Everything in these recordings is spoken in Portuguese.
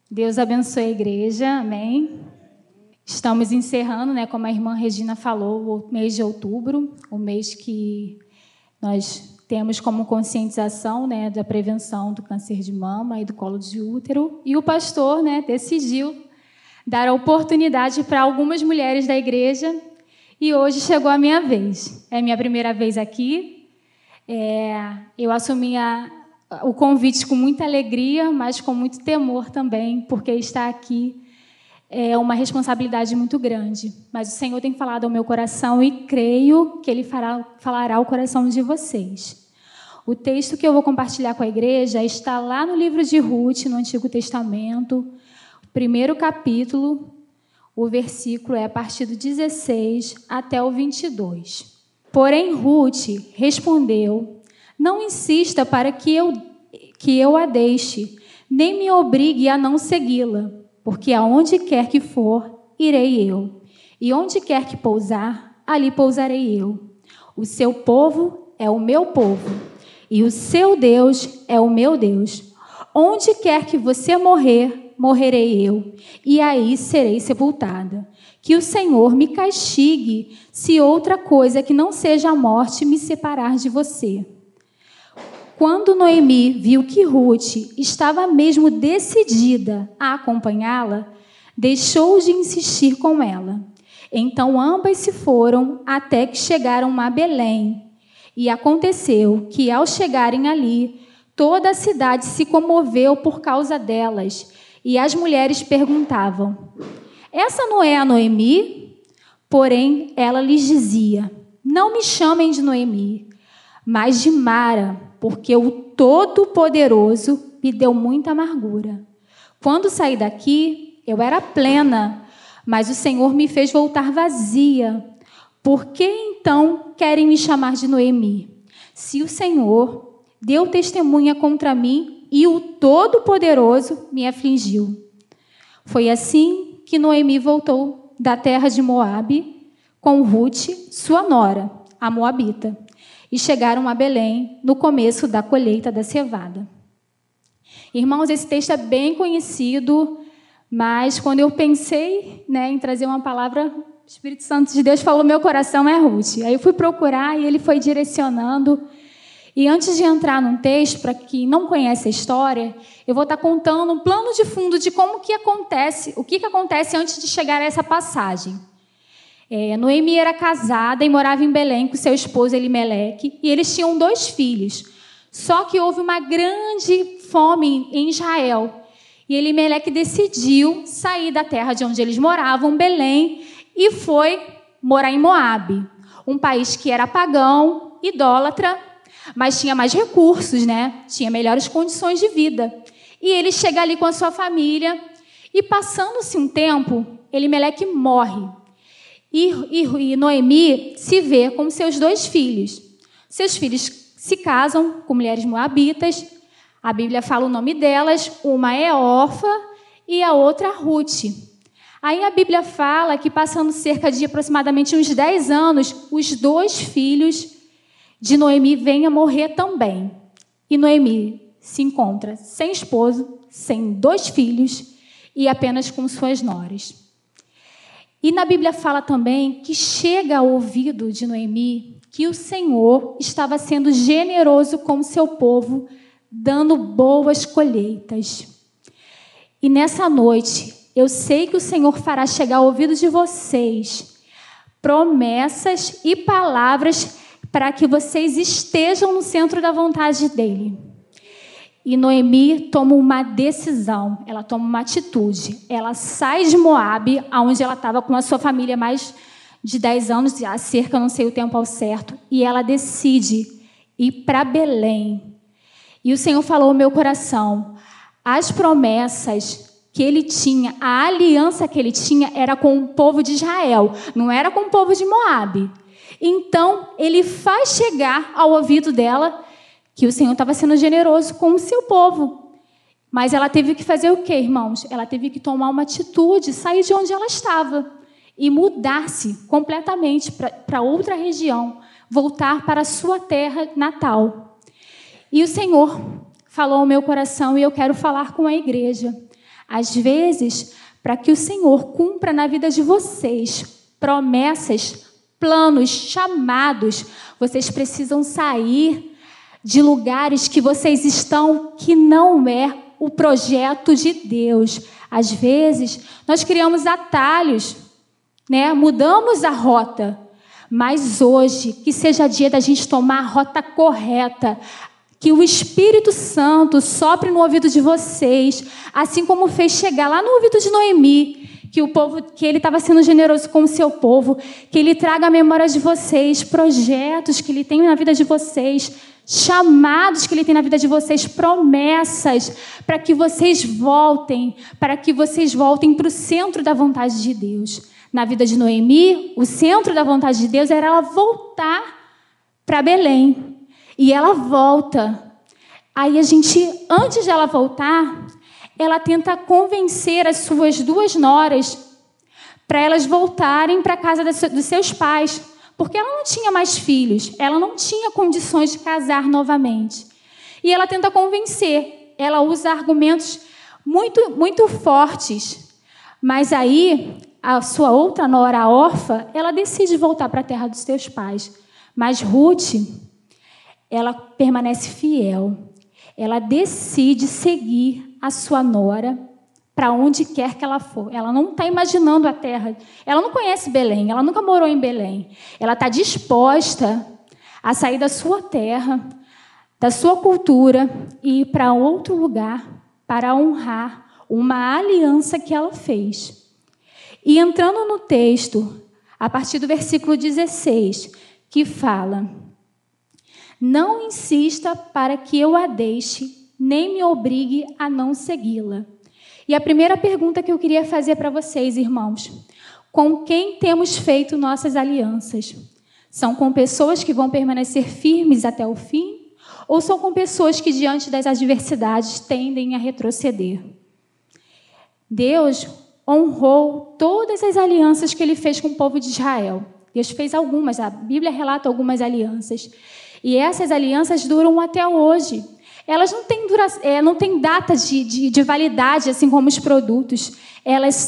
Deus abençoe a igreja, amém. Estamos encerrando, como a irmã Regina falou, o mês de outubro, o mês que nós temos como conscientização, da prevenção do câncer de mama e do colo de útero. E o pastor, decidiu dar a oportunidade para algumas mulheres da igreja. E hoje chegou a minha vez. É a minha primeira vez aqui. Eu assumi o convite com muita alegria, mas com muito temor também, porque estar aqui é uma responsabilidade muito grande. Mas o Senhor tem falado ao meu coração e creio que Ele falará ao coração de vocês. O texto que eu vou compartilhar com a igreja está lá no livro de Ruth, no Antigo Testamento, o primeiro capítulo, o versículo é a partir do 16 até o 22. Porém, Ruth respondeu: não insista para que eu a deixe, nem me obrigue a não segui-la. Porque aonde quer que for, irei eu. E onde quer que pousar, ali pousarei eu. O seu povo é o meu povo, e o seu Deus é o meu Deus. Onde quer que você morrer, morrerei eu, e aí serei sepultada. Que o Senhor me castigue, se outra coisa que não seja a morte me separar de você. Quando Noemi viu que Ruth estava mesmo decidida a acompanhá-la, deixou de insistir com ela. Então ambas se foram até que chegaram a Belém. E aconteceu que, ao chegarem ali, toda a cidade se comoveu por causa delas. E as mulheres perguntavam: essa não é a Noemi? Porém, ela lhes dizia: não me chamem de Noemi, mas de Mara, porque o Todo-Poderoso me deu muita amargura. Quando saí daqui, eu era plena, mas o Senhor me fez voltar vazia. Por que então querem me chamar de Noemi? Se o Senhor deu testemunha contra mim e o Todo-Poderoso me afligiu. Foi assim que Noemi voltou da terra de Moabe com Ruth, sua nora, a moabita. E chegaram a Belém no começo da colheita da cevada. Irmãos, esse texto é bem conhecido, mas quando eu pensei em trazer uma palavra, o Espírito Santo de Deus falou: meu coração é Ruth. Aí eu fui procurar e ele foi direcionando. E antes de entrar num texto, para quem não conhece a história, eu vou estar contando um plano de fundo de como que acontece, o que acontece antes de chegar a essa passagem. Noemi era casada e morava em Belém com seu esposo Elimeleque, e eles tinham 2 filhos. Só que houve uma grande fome em Israel, e Elimeleque decidiu sair da terra de onde eles moravam, Belém, e foi morar em Moabe, um país que era pagão, idólatra, mas tinha mais recursos, tinha melhores condições de vida. E ele chega ali com a sua família, e passando-se um tempo, Elimeleque morre. E Noemi se vê com seus 2 filhos. Seus filhos se casam com mulheres moabitas. A Bíblia fala o nome delas. Uma é Orfa e a outra Ruth. Aí a Bíblia fala que, passando cerca de aproximadamente uns 10 anos, os 2 filhos de Noemi vêm a morrer também. E Noemi se encontra sem esposo, sem 2 filhos e apenas com suas noras. E na Bíblia fala também que chega ao ouvido de Noemi que o Senhor estava sendo generoso com o seu povo, dando boas colheitas. E nessa noite, eu sei que o Senhor fará chegar ao ouvido de vocês promessas e palavras para que vocês estejam no centro da vontade dEle. E Noemi toma uma decisão, ela toma uma atitude. Ela sai de Moabe, onde ela estava com a sua família há mais de 10 anos, há cerca, não sei o tempo ao certo, e ela decide ir para Belém. E o Senhor falou ao meu coração: as promessas que ele tinha, a aliança que ele tinha era com o povo de Israel, não era com o povo de Moabe. Então, ele faz chegar ao ouvido dela que o Senhor estava sendo generoso com o seu povo. Mas ela teve que fazer o quê, irmãos? Ela teve que tomar uma atitude, sair de onde ela estava e mudar-se completamente para outra região, voltar para a sua terra natal. E o Senhor falou ao meu coração, e eu quero falar com a igreja. Às vezes, para que o Senhor cumpra na vida de vocês promessas, planos, chamados, vocês precisam sair de lugares que vocês estão que não é o projeto de Deus. Às vezes, nós criamos atalhos, né? Mudamos a rota. Mas hoje, que seja dia da gente tomar a rota correta, que o Espírito Santo sopre no ouvido de vocês, assim como fez chegar lá no ouvido de Noemi, que ele estava sendo generoso com o seu povo, que ele traga à memória de vocês projetos que ele tem na vida de vocês, chamados que ele tem na vida de vocês, promessas, para que vocês voltem para o centro da vontade de Deus. Na vida de Noemi, o centro da vontade de Deus era ela voltar para Belém. E ela volta. Aí antes de ela voltar, ela tenta convencer as suas 2 noras para elas voltarem para a casa dos seus pais, porque ela não tinha mais filhos, ela não tinha condições de casar novamente. E ela tenta convencer, ela usa argumentos muito, muito fortes, mas aí a sua outra nora, a Orfa, ela decide voltar para a terra dos seus pais. Mas Ruth, ela permanece fiel. Ela decide seguir a sua nora para onde quer que ela for. Ela não está imaginando a terra. Ela não conhece Belém, ela nunca morou em Belém. Ela está disposta a sair da sua terra, da sua cultura e ir para outro lugar para honrar uma aliança que ela fez. E entrando no texto, a partir do versículo 16, que fala: não insista para que eu a deixe, nem me obrigue a não segui-la. E a primeira pergunta que eu queria fazer para vocês, irmãos: com quem temos feito nossas alianças? São com pessoas que vão permanecer firmes até o fim? Ou são com pessoas que, diante das adversidades, tendem a retroceder? Deus honrou todas as alianças que ele fez com o povo de Israel. Deus fez algumas, a Bíblia relata algumas alianças. E essas alianças duram até hoje. Elas não têm data de validade, assim como os produtos. Elas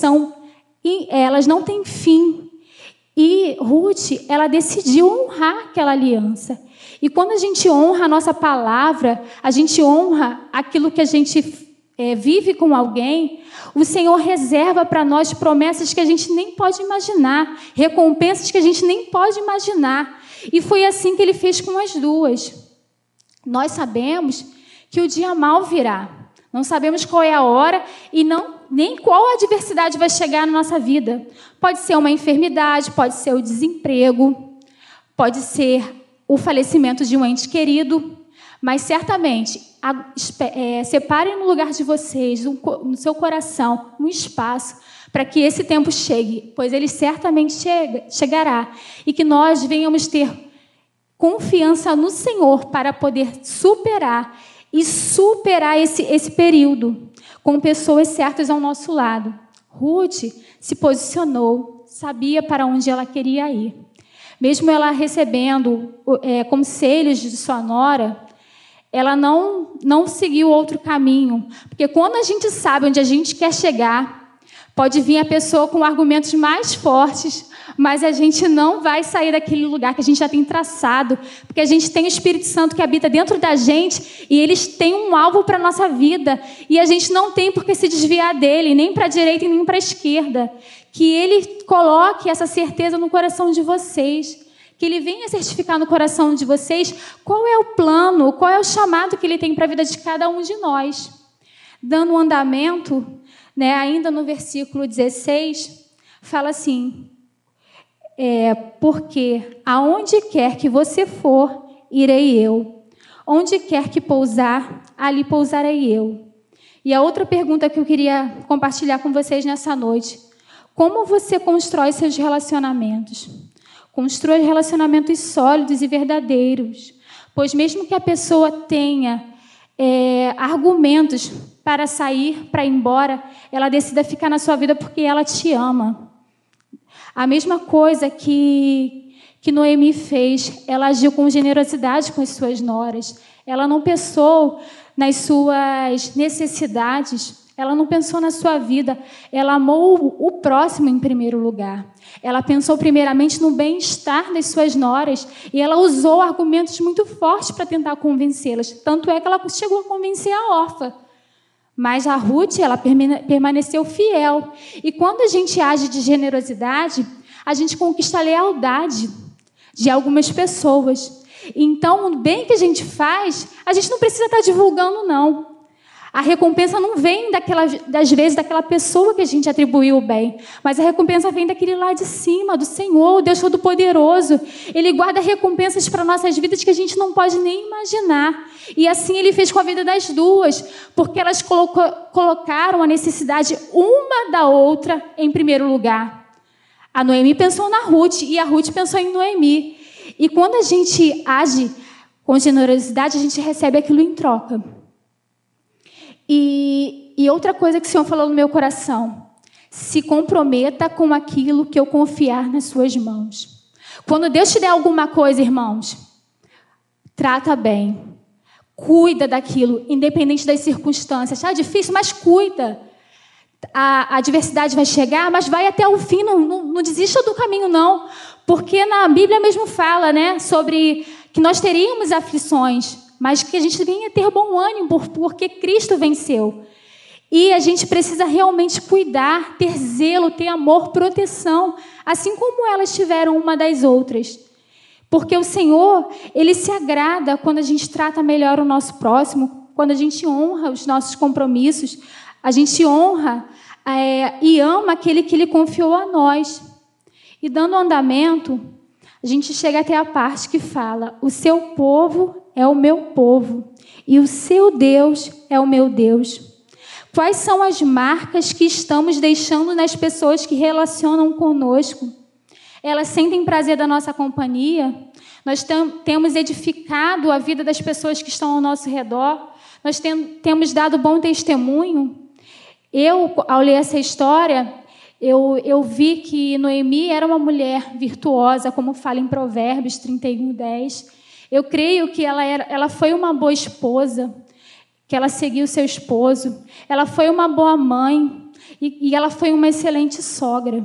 não têm fim. E Ruth, ela decidiu honrar aquela aliança. E quando a gente honra a nossa palavra, a gente honra aquilo que a gente vive com alguém, o Senhor reserva para nós promessas que a gente nem pode imaginar, recompensas que a gente nem pode imaginar. E foi assim que ele fez com as 2. Nós sabemos que o dia mal virá. Não sabemos qual é a hora e nem qual adversidade vai chegar na nossa vida. Pode ser uma enfermidade, pode ser o desemprego, pode ser o falecimento de um ente querido, mas certamente separem no lugar de vocês, no seu coração, um espaço para que esse tempo chegue, pois ele certamente chegará, e que nós venhamos ter confiança no Senhor para poder superar esse período com pessoas certas ao nosso lado. Ruth se posicionou, sabia para onde ela queria ir. Mesmo ela recebendo conselhos de sua nora, ela não seguiu outro caminho. Porque quando a gente sabe onde a gente quer chegar, pode vir a pessoa com argumentos mais fortes, mas a gente não vai sair daquele lugar que a gente já tem traçado, porque a gente tem o Espírito Santo que habita dentro da gente e eles têm um alvo para a nossa vida e a gente não tem por que se desviar dele, nem para a direita e nem para a esquerda. Que ele coloque essa certeza no coração de vocês, que ele venha certificar no coração de vocês qual é o plano, qual é o chamado que ele tem para a vida de cada um de nós. Dando um andamento, ainda no versículo 16, fala assim: porque aonde quer que você for, irei eu. Onde quer que pousar, ali pousarei eu. E a outra pergunta que eu queria compartilhar com vocês nessa noite: como você constrói seus relacionamentos? Constrói relacionamentos sólidos e verdadeiros, pois mesmo que a pessoa tenha argumentos para sair, para ir embora, ela decida ficar na sua vida porque ela te ama. A mesma coisa que Noemi fez, ela agiu com generosidade com as suas noras. Ela não pensou nas suas necessidades, Ela não pensou na sua vida. Ela amou o próximo em primeiro lugar. Ela pensou primeiramente no bem-estar das suas noras e ela usou argumentos muito fortes para tentar convencê-las. Tanto é que ela chegou a convencer a Orfa. Mas a Ruth, ela permaneceu fiel. E quando a gente age de generosidade, a gente conquista a lealdade de algumas pessoas. Então, o bem que a gente faz, a gente não precisa estar divulgando, não. A recompensa não vem das vezes daquela pessoa que a gente atribuiu o bem, mas a recompensa vem daquele lá de cima, do Senhor, o Deus Todo-Poderoso. Ele guarda recompensas para nossas vidas que a gente não pode nem imaginar. E assim Ele fez com a vida das duas, porque elas colocaram a necessidade uma da outra em primeiro lugar. A Noemi pensou na Ruth e a Ruth pensou em Noemi. E quando a gente age com generosidade, a gente recebe aquilo em troca. E outra coisa que o Senhor falou no meu coração: se comprometa com aquilo que eu confiar nas suas mãos. Quando Deus te der alguma coisa, irmãos, trata bem. Cuida daquilo, independente das circunstâncias. Está difícil, mas cuida. A adversidade vai chegar, mas vai até o fim. Não desista do caminho, não. Porque na Bíblia mesmo fala, né, sobre que nós teríamos aflições, mas que a gente venha ter bom ânimo, porque Cristo venceu. E a gente precisa realmente cuidar, ter zelo, ter amor, proteção, assim como elas tiveram uma das outras. Porque o Senhor, Ele se agrada quando a gente trata melhor o nosso próximo, quando a gente honra os nossos compromissos, a gente honra e ama aquele que Ele confiou a nós. E dando andamento, a gente chega até a parte que fala: o seu povo é o meu povo e o seu Deus é o meu Deus. Quais são as marcas que estamos deixando nas pessoas que relacionam conosco? Elas sentem prazer da nossa companhia? Nós temos edificado a vida das pessoas que estão ao nosso redor? Nós temos dado bom testemunho? Ao ler essa história, eu vi que Noemi era uma mulher virtuosa, como fala em Provérbios 31:10. Eu creio que ela foi uma boa esposa, que ela seguiu seu esposo. Ela foi uma boa mãe e ela foi uma excelente sogra.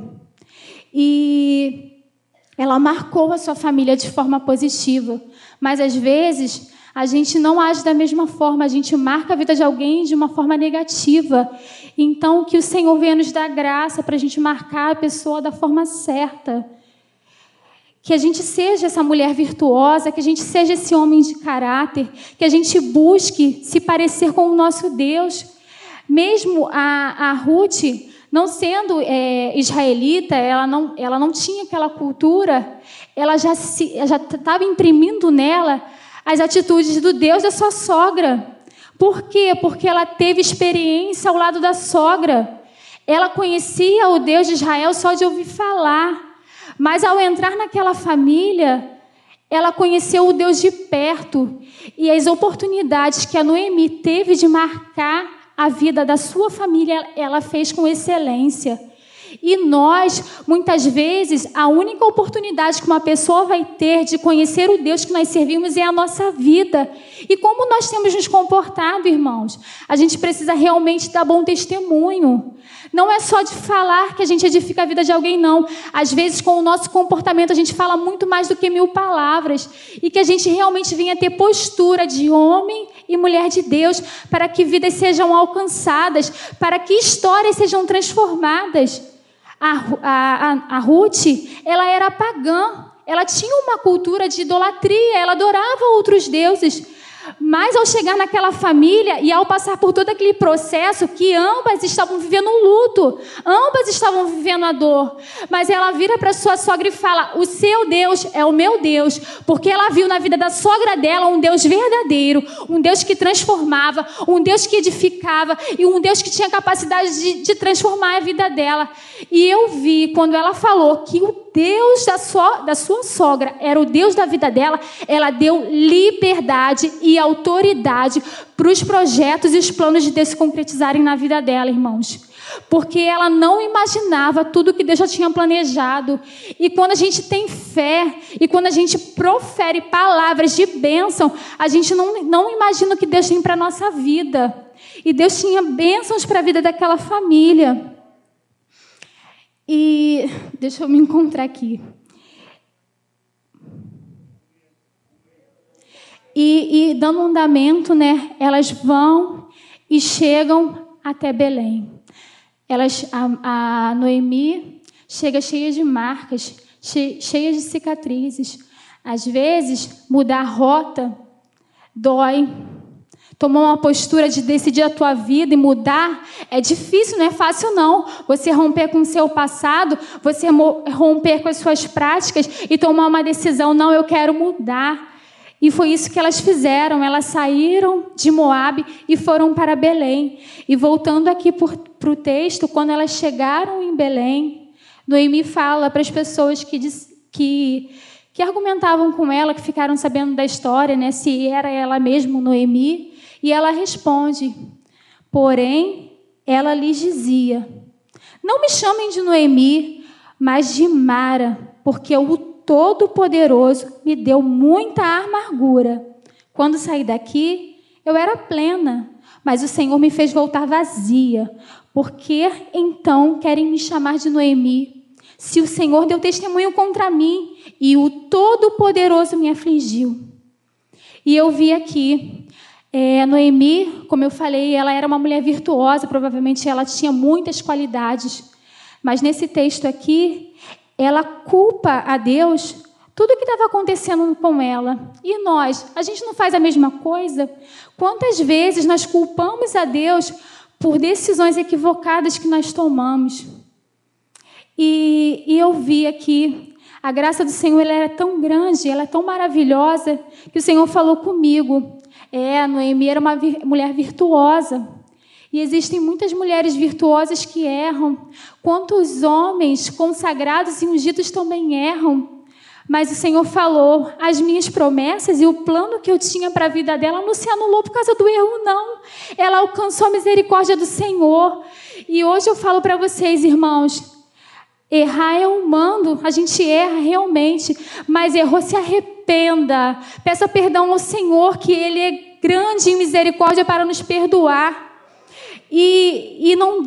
E ela marcou a sua família de forma positiva. Mas, às vezes, a gente não age da mesma forma. A gente marca a vida de alguém de uma forma negativa. Então, que o Senhor venha nos dar graça para a gente marcar a pessoa da forma certa. Que a gente seja essa mulher virtuosa, que a gente seja esse homem de caráter, que a gente busque se parecer com o nosso Deus. Mesmo a Ruth, não sendo israelita, ela não tinha aquela cultura, ela já estava imprimindo nela as atitudes do Deus da sua sogra. Por quê? Porque ela teve experiência ao lado da sogra. Ela conhecia o Deus de Israel só de ouvir falar. Mas, ao entrar naquela família, ela conheceu o Deus de perto. E as oportunidades que a Noemi teve de marcar a vida da sua família, ela fez com excelência. E nós, muitas vezes, a única oportunidade que uma pessoa vai ter de conhecer o Deus que nós servimos é a nossa vida. E como nós temos nos comportado, irmãos? A gente precisa realmente dar bom testemunho. Não é só de falar que a gente edifica a vida de alguém, não. Às vezes, com o nosso comportamento, a gente fala muito mais do que 1000 palavras. E que a gente realmente venha ter postura de homem e mulher de Deus, para que vidas sejam alcançadas, para que histórias sejam transformadas. A Ruth, ela era pagã. Ela tinha uma cultura de idolatria, ela adorava outros deuses. Mas ao chegar naquela família e ao passar por todo aquele processo, que ambas estavam vivendo um luto, ambas estavam vivendo a dor, mas ela vira para sua sogra e fala: o seu Deus é o meu Deus, porque ela viu na vida da sogra dela um Deus verdadeiro, um Deus que transformava, um Deus que edificava e um Deus que tinha capacidade de transformar a vida dela. E eu vi, quando ela falou que o Deus da sua sogra era o Deus da vida dela, ela deu liberdade e autoridade para os projetos e os planos de Deus se concretizarem na vida dela, irmãos. porque ela não imaginava tudo que Deus já tinha planejado. E quando a gente tem fé, e quando a gente profere palavras de bênção, a gente não imagina o que Deus tem para a nossa vida. E Deus tinha bênçãos para a vida daquela família. E deixa eu me encontrar aqui. E dando um andamento, né, elas vão e chegam até Belém. A Noemi chega cheia de marcas, cheia de cicatrizes. Às vezes, mudar a rota dói. Tomar uma postura de decidir a tua vida e mudar é difícil, não é fácil não. Você romper com o seu passado, você romper com as suas práticas e tomar uma decisão, não, eu quero mudar. E foi isso que elas fizeram. Elas saíram de Moabe e foram para Belém. E voltando aqui para o texto, quando elas chegaram em Belém, Noemi fala para as pessoas que argumentavam com ela, que ficaram sabendo da história, né, se era ela mesma, Noemi, e ela responde, porém, ela lhes dizia, não me chamem de Noemi, mas de Mara, porque o Todo-Poderoso me deu muita amargura. Quando saí daqui, eu era plena, mas o Senhor me fez voltar vazia. Por que, então, querem me chamar de Noemi? Se o Senhor deu testemunho contra mim e o Todo-Poderoso me afligiu. E eu vi aqui, Noemi, como eu falei, ela era uma mulher virtuosa, provavelmente ela tinha muitas qualidades. Mas nesse texto aqui, ela culpa a Deus tudo o que estava acontecendo com ela. E nós, a gente não faz a mesma coisa? Quantas vezes nós culpamos a Deus por decisões equivocadas que nós tomamos? E eu vi aqui, a graça do Senhor ela é tão grande, ela é tão maravilhosa, que o Senhor falou comigo. A Noemi era uma mulher virtuosa. E existem muitas mulheres virtuosas que erram. Quantos homens consagrados e ungidos também erram. Mas o Senhor falou, as minhas promessas e o plano que eu tinha para a vida dela não se anulou por causa do erro, não. Ela alcançou a misericórdia do Senhor. E hoje eu falo para vocês, irmãos, errar é humano, a gente erra realmente, mas errou, se arrependa. Peça perdão ao Senhor, que Ele é grande em misericórdia para nos perdoar. E não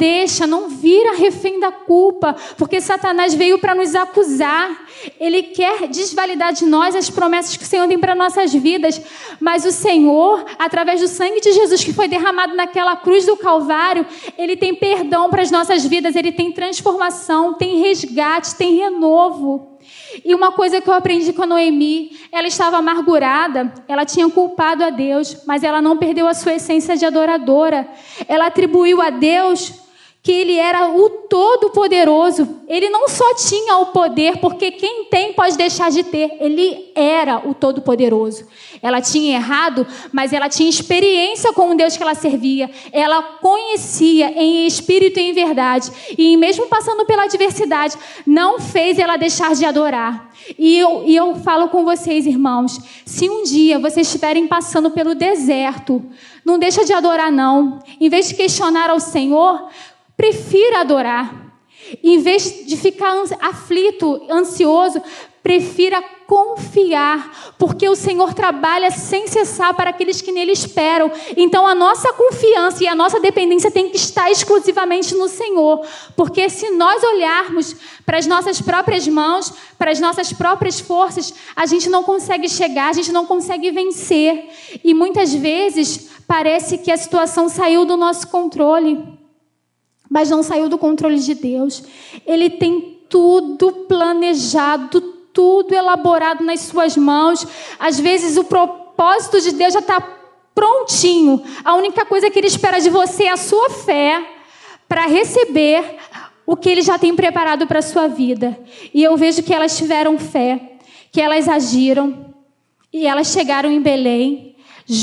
vira refém da culpa, porque Satanás veio para nos acusar. Ele quer desvalidar de nós as promessas que o Senhor tem para nossas vidas, mas o Senhor, através do sangue de Jesus que foi derramado naquela cruz do Calvário, Ele tem perdão para as nossas vidas, Ele tem transformação, tem resgate, tem renovo. E uma coisa que eu aprendi com a Noemi, ela estava amargurada, ela tinha culpado a Deus, mas ela não perdeu a sua essência de adoradora. Ela atribuiu a Deus que Ele era o Todo-Poderoso. Ele não só tinha o poder, porque quem tem pode deixar de ter. Ele era o Todo-Poderoso. Ela tinha errado, mas ela tinha experiência com o Deus que ela servia. Ela conhecia em espírito e em verdade. E mesmo passando pela adversidade, não fez ela deixar de adorar. E eu falo com vocês, irmãos, se um dia vocês estiverem passando pelo deserto, não deixa de adorar, não. Em vez de questionar ao Senhor, prefira adorar. Em vez de ficar aflito, ansioso, prefira confiar, porque o Senhor trabalha sem cessar para aqueles que nele esperam. Então a nossa confiança e a nossa dependência tem que estar exclusivamente no Senhor, porque se nós olharmos para as nossas próprias mãos, para as nossas próprias forças, a gente não consegue chegar, a gente não consegue vencer. E muitas vezes parece que a situação saiu do nosso controle, mas não saiu do controle de Deus. Ele tem tudo planejado, tudo elaborado nas suas mãos. Às vezes o propósito de Deus já está prontinho. A única coisa que Ele espera de você é a sua fé para receber o que Ele já tem preparado para a sua vida. E eu vejo que elas tiveram fé, que elas agiram e elas chegaram em Belém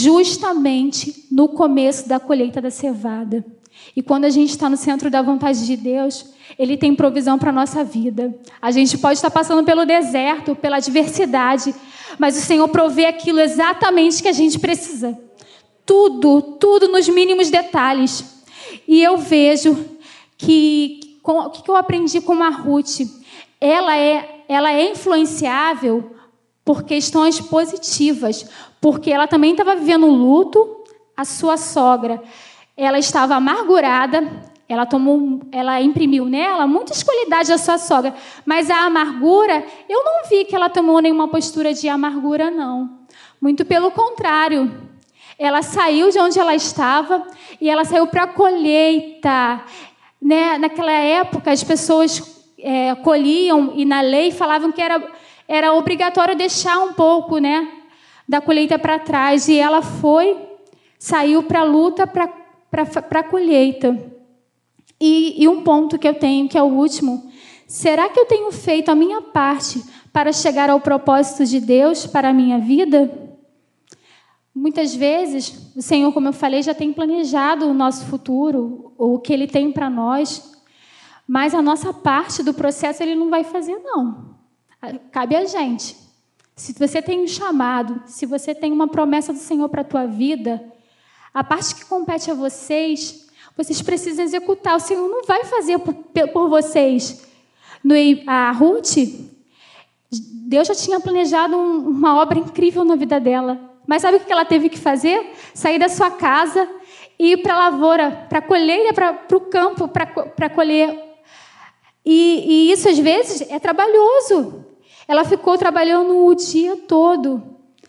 justamente no começo da colheita da cevada. E quando a gente está no centro da vontade de Deus, Ele tem provisão para a nossa vida. A gente pode estar passando pelo deserto, pela adversidade, mas o Senhor provê aquilo exatamente que a gente precisa. Tudo nos mínimos detalhes. E eu vejo o que eu aprendi com a Ruth? Ela é influenciável por questões positivas, porque ela também estava vivendo o luto. A sua sogra, ela estava amargurada, ela imprimiu nela muitas qualidades da sua sogra, mas a amargura, eu não vi que ela tomou nenhuma postura de amargura, não. Muito pelo contrário. Ela saiu de onde ela estava e ela saiu para a colheita. Né? Naquela época, as pessoas colhiam e na lei falavam que era obrigatório deixar um pouco, né, da colheita para trás. E ela saiu para a luta, para a colheita. E um ponto que eu tenho, que é o último: será que eu tenho feito a minha parte para chegar ao propósito de Deus para a minha vida? Muitas vezes, o Senhor, como eu falei, já tem planejado o nosso futuro, o que Ele tem para nós, mas a nossa parte do processo Ele não vai fazer, não. Cabe a gente. Se você tem um chamado, se você tem uma promessa do Senhor para a tua vida, a parte que compete a vocês precisam executar. O Senhor não vai fazer por vocês. A Ruth, Deus já tinha planejado uma obra incrível na vida dela. Mas sabe o que ela teve que fazer? Sair da sua casa e ir para a lavoura, para a colheita, para o campo, para colher. E isso, às vezes, é trabalhoso. Ela ficou trabalhando o dia todo.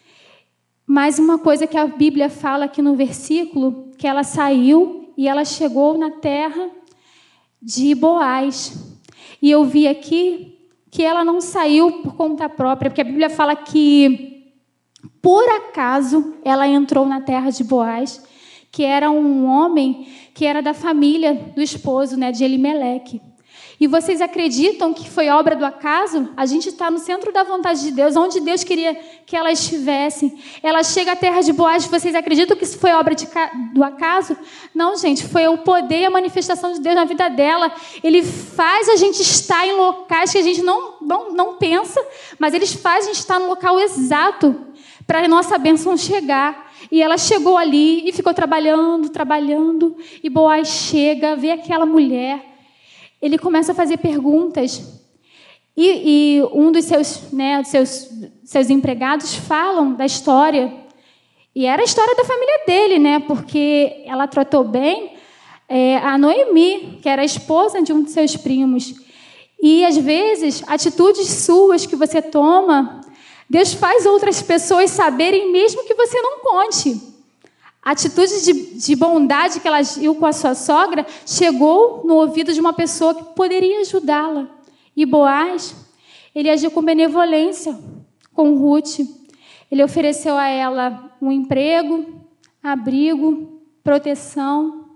Mas uma coisa que a Bíblia fala aqui no versículo, que ela saiu e ela chegou na terra de Boaz. E eu vi aqui que ela não saiu por conta própria, porque a Bíblia fala que, por acaso, ela entrou na terra de Boaz, que era um homem que era da família do esposo, né, de Elimeleque. E vocês acreditam que foi obra do acaso? A gente está no centro da vontade de Deus, onde Deus queria que ela estivesse. Ela chega à terra de Boaz. Vocês acreditam que isso foi obra do acaso? Não, gente. Foi o poder e a manifestação de Deus na vida dela. Ele faz a gente estar em locais que a gente não pensa, mas Ele faz a gente estar no local exato para a nossa bênção chegar. E ela chegou ali e ficou trabalhando. E Boaz chega, vê aquela mulher. Ele começa a fazer perguntas. E um dos seus empregados falam da história. E era a história da família dele, né? Porque ela tratou bem a Noemi, que era a esposa de um de seus primos. E, às vezes, atitudes suas que você toma, Deus faz outras pessoas saberem, mesmo que você não conte. A atitude de bondade que ela agiu com a sua sogra chegou no ouvido de uma pessoa que poderia ajudá-la. E Boaz, ele agiu com benevolência com Ruth. Ele ofereceu a ela um emprego, abrigo, proteção.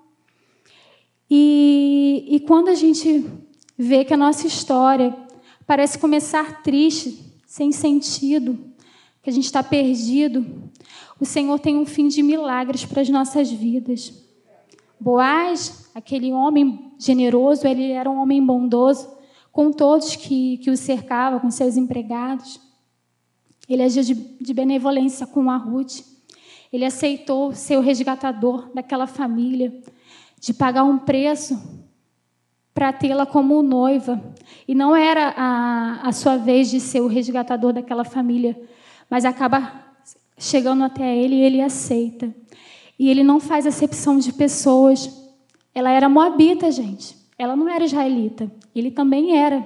E quando a gente vê que a nossa história parece começar triste, sem sentido, que a gente está perdido, o Senhor tem um fim de milagres para as nossas vidas. Boaz, aquele homem generoso, ele era um homem bondoso com todos que o cercavam, com seus empregados. Ele agiu de benevolência com a Ruth. Ele aceitou ser o resgatador daquela família, de pagar um preço para tê-la como noiva. E não era a sua vez de ser o resgatador daquela família, mas acaba chegando até ele e ele aceita. E ele não faz acepção de pessoas. Ela era moabita, gente. Ela não era israelita. Ele também era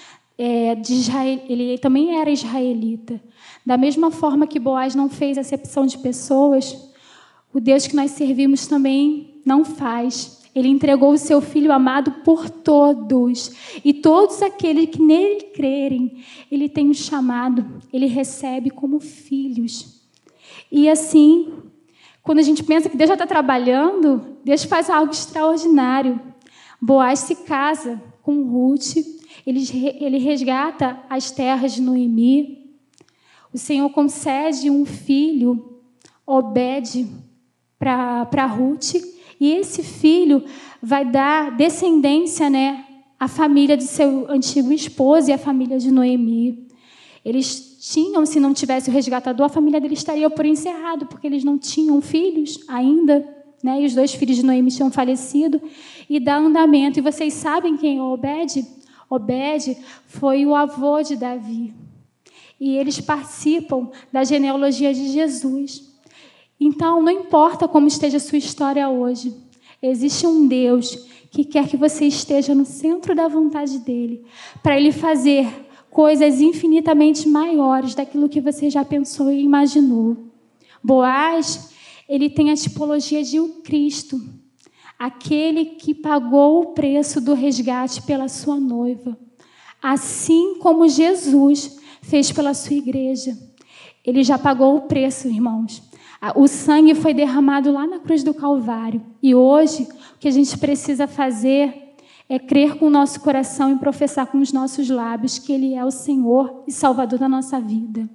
ele também era israelita. Da mesma forma que Boaz não fez acepção de pessoas, o Deus que nós servimos também não faz. Ele entregou o seu Filho amado por todos. E todos aqueles que nele crerem, ele tem um chamado, ele recebe como filhos. E assim, quando a gente pensa que Deus já está trabalhando, Deus faz algo extraordinário. Boaz se casa com Ruth, ele resgata as terras de Noemi. O Senhor concede um filho, Obed, para Ruth. E esse filho vai dar descendência, né, à família de seu antigo esposo e à família de Noemi. Eles tinham, se não tivesse o resgatador, a família dele estaria por encerrado, porque eles não tinham filhos ainda, né? E os 2 filhos de Noemi tinham falecido, e dá andamento. E vocês sabem quem é Obed? Obed foi o avô de Davi. E eles participam da genealogia de Jesus. Então, não importa como esteja a sua história hoje, existe um Deus que quer que você esteja no centro da vontade dele, para ele fazer coisas infinitamente maiores daquilo que você já pensou e imaginou. Boaz, ele tem a tipologia de o Cristo, aquele que pagou o preço do resgate pela sua noiva, assim como Jesus fez pela sua igreja. Ele já pagou o preço, irmãos. O sangue foi derramado lá na cruz do Calvário. E hoje, o que a gente precisa fazer é crer com o nosso coração e professar com os nossos lábios que Ele é o Senhor e Salvador da nossa vida.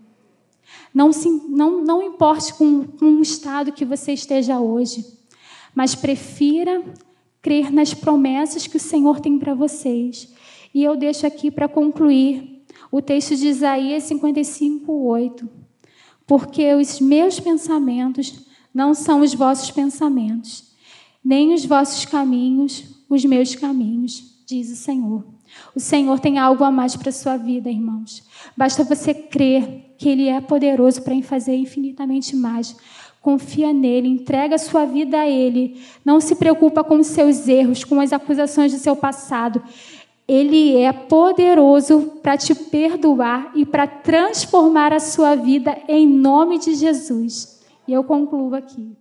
Não importe com o estado que você esteja hoje, mas prefira crer nas promessas que o Senhor tem para vocês. E eu deixo aqui para concluir o texto de Isaías 55:8. Porque os meus pensamentos não são os vossos pensamentos, nem os vossos caminhos, os meus caminhos, diz o Senhor. O Senhor tem algo a mais para a sua vida, irmãos. Basta você crer que Ele é poderoso para fazer infinitamente mais. Confia nele, entrega a sua vida a Ele. Não se preocupa com os seus erros, com as acusações do seu passado. Ele é poderoso para te perdoar e para transformar a sua vida em nome de Jesus. E eu concluo aqui.